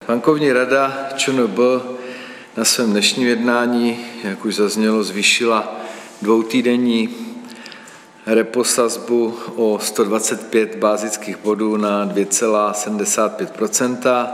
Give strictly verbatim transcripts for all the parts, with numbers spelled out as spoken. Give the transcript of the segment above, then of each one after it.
Bankovní rada ČNB na svém dnešním jednání, jak už zaznělo, zvýšila dvoutýdenní repo sazbu o sto dvacet pět bázických bodů na dvě celá sedmdesát pět procenta.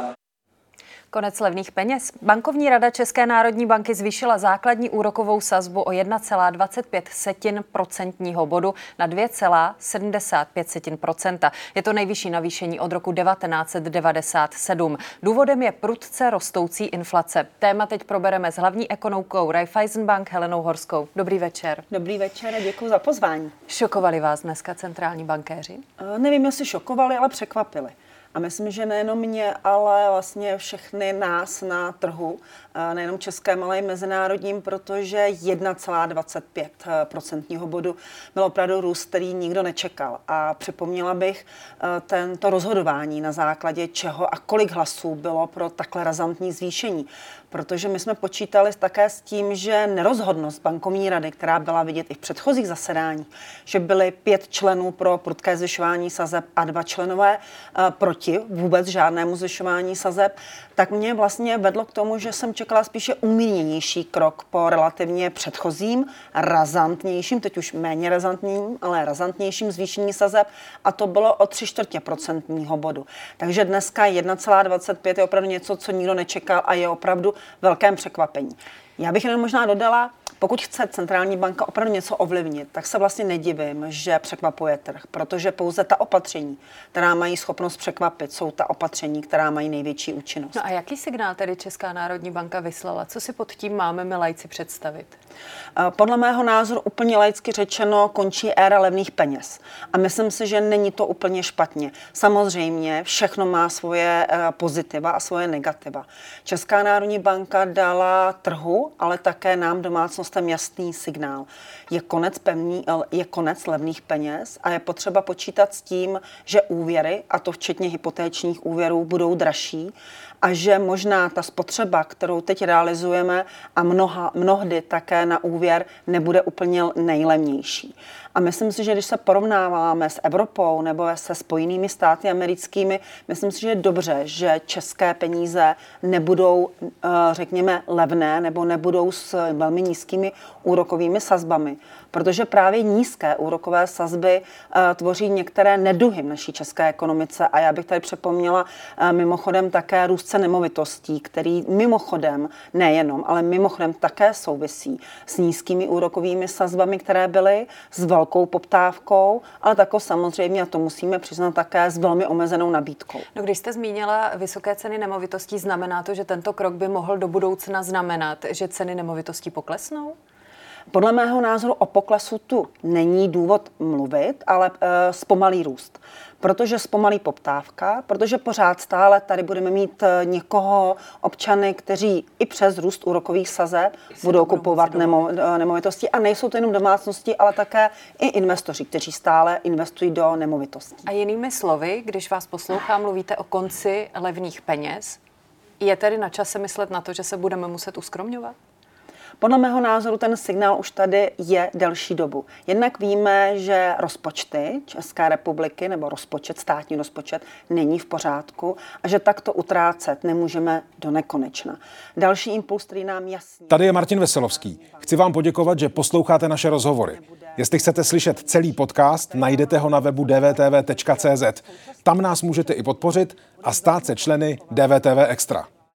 Konec levných peněz. Bankovní rada České národní banky zvýšila základní úrokovou sazbu o jedna celá dvacet pět procentního bodu na dvě celá sedmdesát pět procenta. Je to nejvyšší navýšení od roku devatenáct set devadesát sedm. Důvodem je prudce rostoucí inflace. Téma teď probereme s hlavní ekonomkou Raiffeisenbank Helenou Horskou. Dobrý večer. Dobrý večer a děkuji za pozvání. Šokovali vás dneska centrální bankéři? Nevím, jestli šokovali, ale překvapili. A myslím, že nejenom mě, ale vlastně všechny nás na trhu, nejenom českém, ale i mezinárodním, protože jedna celá dvacet pět procentního bodu byl opravdu růst, který nikdo nečekal. A připomněla bych tento rozhodování na základě čeho a kolik hlasů bylo pro takhle razantní zvýšení. Protože my jsme počítali také s tím, že nerozhodnost bankovní rady, která byla vidět i v předchozích zasedáních, že byly pět členů pro prudké zvyšování sazeb a dva členové proti vůbec žádnému zvyšování sazeb, tak mě vlastně vedlo k tomu, že jsem čekala spíše umírněnější krok po relativně předchozím, razantnějším, teď už méně razantním, ale razantnějším zvýšení sazeb, a to bylo o tři čtvrtě procentního bodu. Takže dneska jedna celá dvacet pět je opravdu něco, co nikdo nečekal a je opravdu velkém překvapení. Já bych jenom možná dodala, pokud chce centrální banka opravdu něco ovlivnit, tak se vlastně nedivím, že překvapuje trh, protože pouze ta opatření, která mají schopnost překvapit, jsou ta opatření, která mají největší účinnost. No a jaký signál tedy Česká národní banka vyslala? Co si pod tím máme my laici představit? Podle mého názoru úplně laicky řečeno končí éra levných peněz. A myslím si, že není to úplně špatně. Samozřejmě všechno má svoje pozitiva a svoje negativa. Česká národní banka dala trhu, ale také nám domácnostem jasný signál. Je konec, pevný, je konec levných peněz a je potřeba počítat s tím, že úvěry, a to včetně hypotéčních úvěrů, budou dražší a že možná ta spotřeba, kterou teď realizujeme, a mnoha, mnohdy také na úvěr, nebude úplně nejlevnější. A myslím si, že když se porovnáváme s Evropou nebo se Spojenými státy americkými, myslím si, že je dobře, že české peníze nebudou, řekněme, levné nebo nebudou s velmi nízkými úrokovými sazbami, protože právě nízké úrokové sazby tvoří některé neduhy v naší české ekonomice. A já bych tady připomněla mimochodem také růst cen nemovitostí, který mimochodem, nejenom, ale mimochodem také souvisí s nízkými úrokovými sazbami, které byly, s velkou poptávkou, ale také samozřejmě, a to musíme přiznat, také s velmi omezenou nabídkou. No, když jste zmínila vysoké ceny nemovitostí, znamená to, že tento krok by mohl do budoucna znamenat, že ceny nemovitostí poklesnou? Podle mého názoru o poklesu tu není důvod mluvit, ale e, zpomalí růst. Protože zpomalí poptávka, protože pořád stále tady budeme mít někoho, občany, kteří i přes růst úrokových sazeb budou kupovat nemo, nemovitosti. A nejsou to jenom domácnosti, ale také i investoři, kteří stále investují do nemovitostí. A jinými slovy, když vás poslouchám, mluvíte o konci levných peněz. Je tedy na čase myslet na to, že se budeme muset uskromňovat? Podle mého názoru ten signál už tady je delší dobu. Jednak víme, že rozpočty České republiky nebo rozpočet, státní rozpočet není v pořádku a že takto utrácet nemůžeme do nekonečna. Další impuls, který nám jasný. Tady je Martin Veselovský. Chci vám poděkovat, že posloucháte naše rozhovory. Jestli chcete slyšet celý podcast, najdete ho na webu d v t v tečka c z. Tam nás můžete i podpořit a stát se členy D V T V Extra.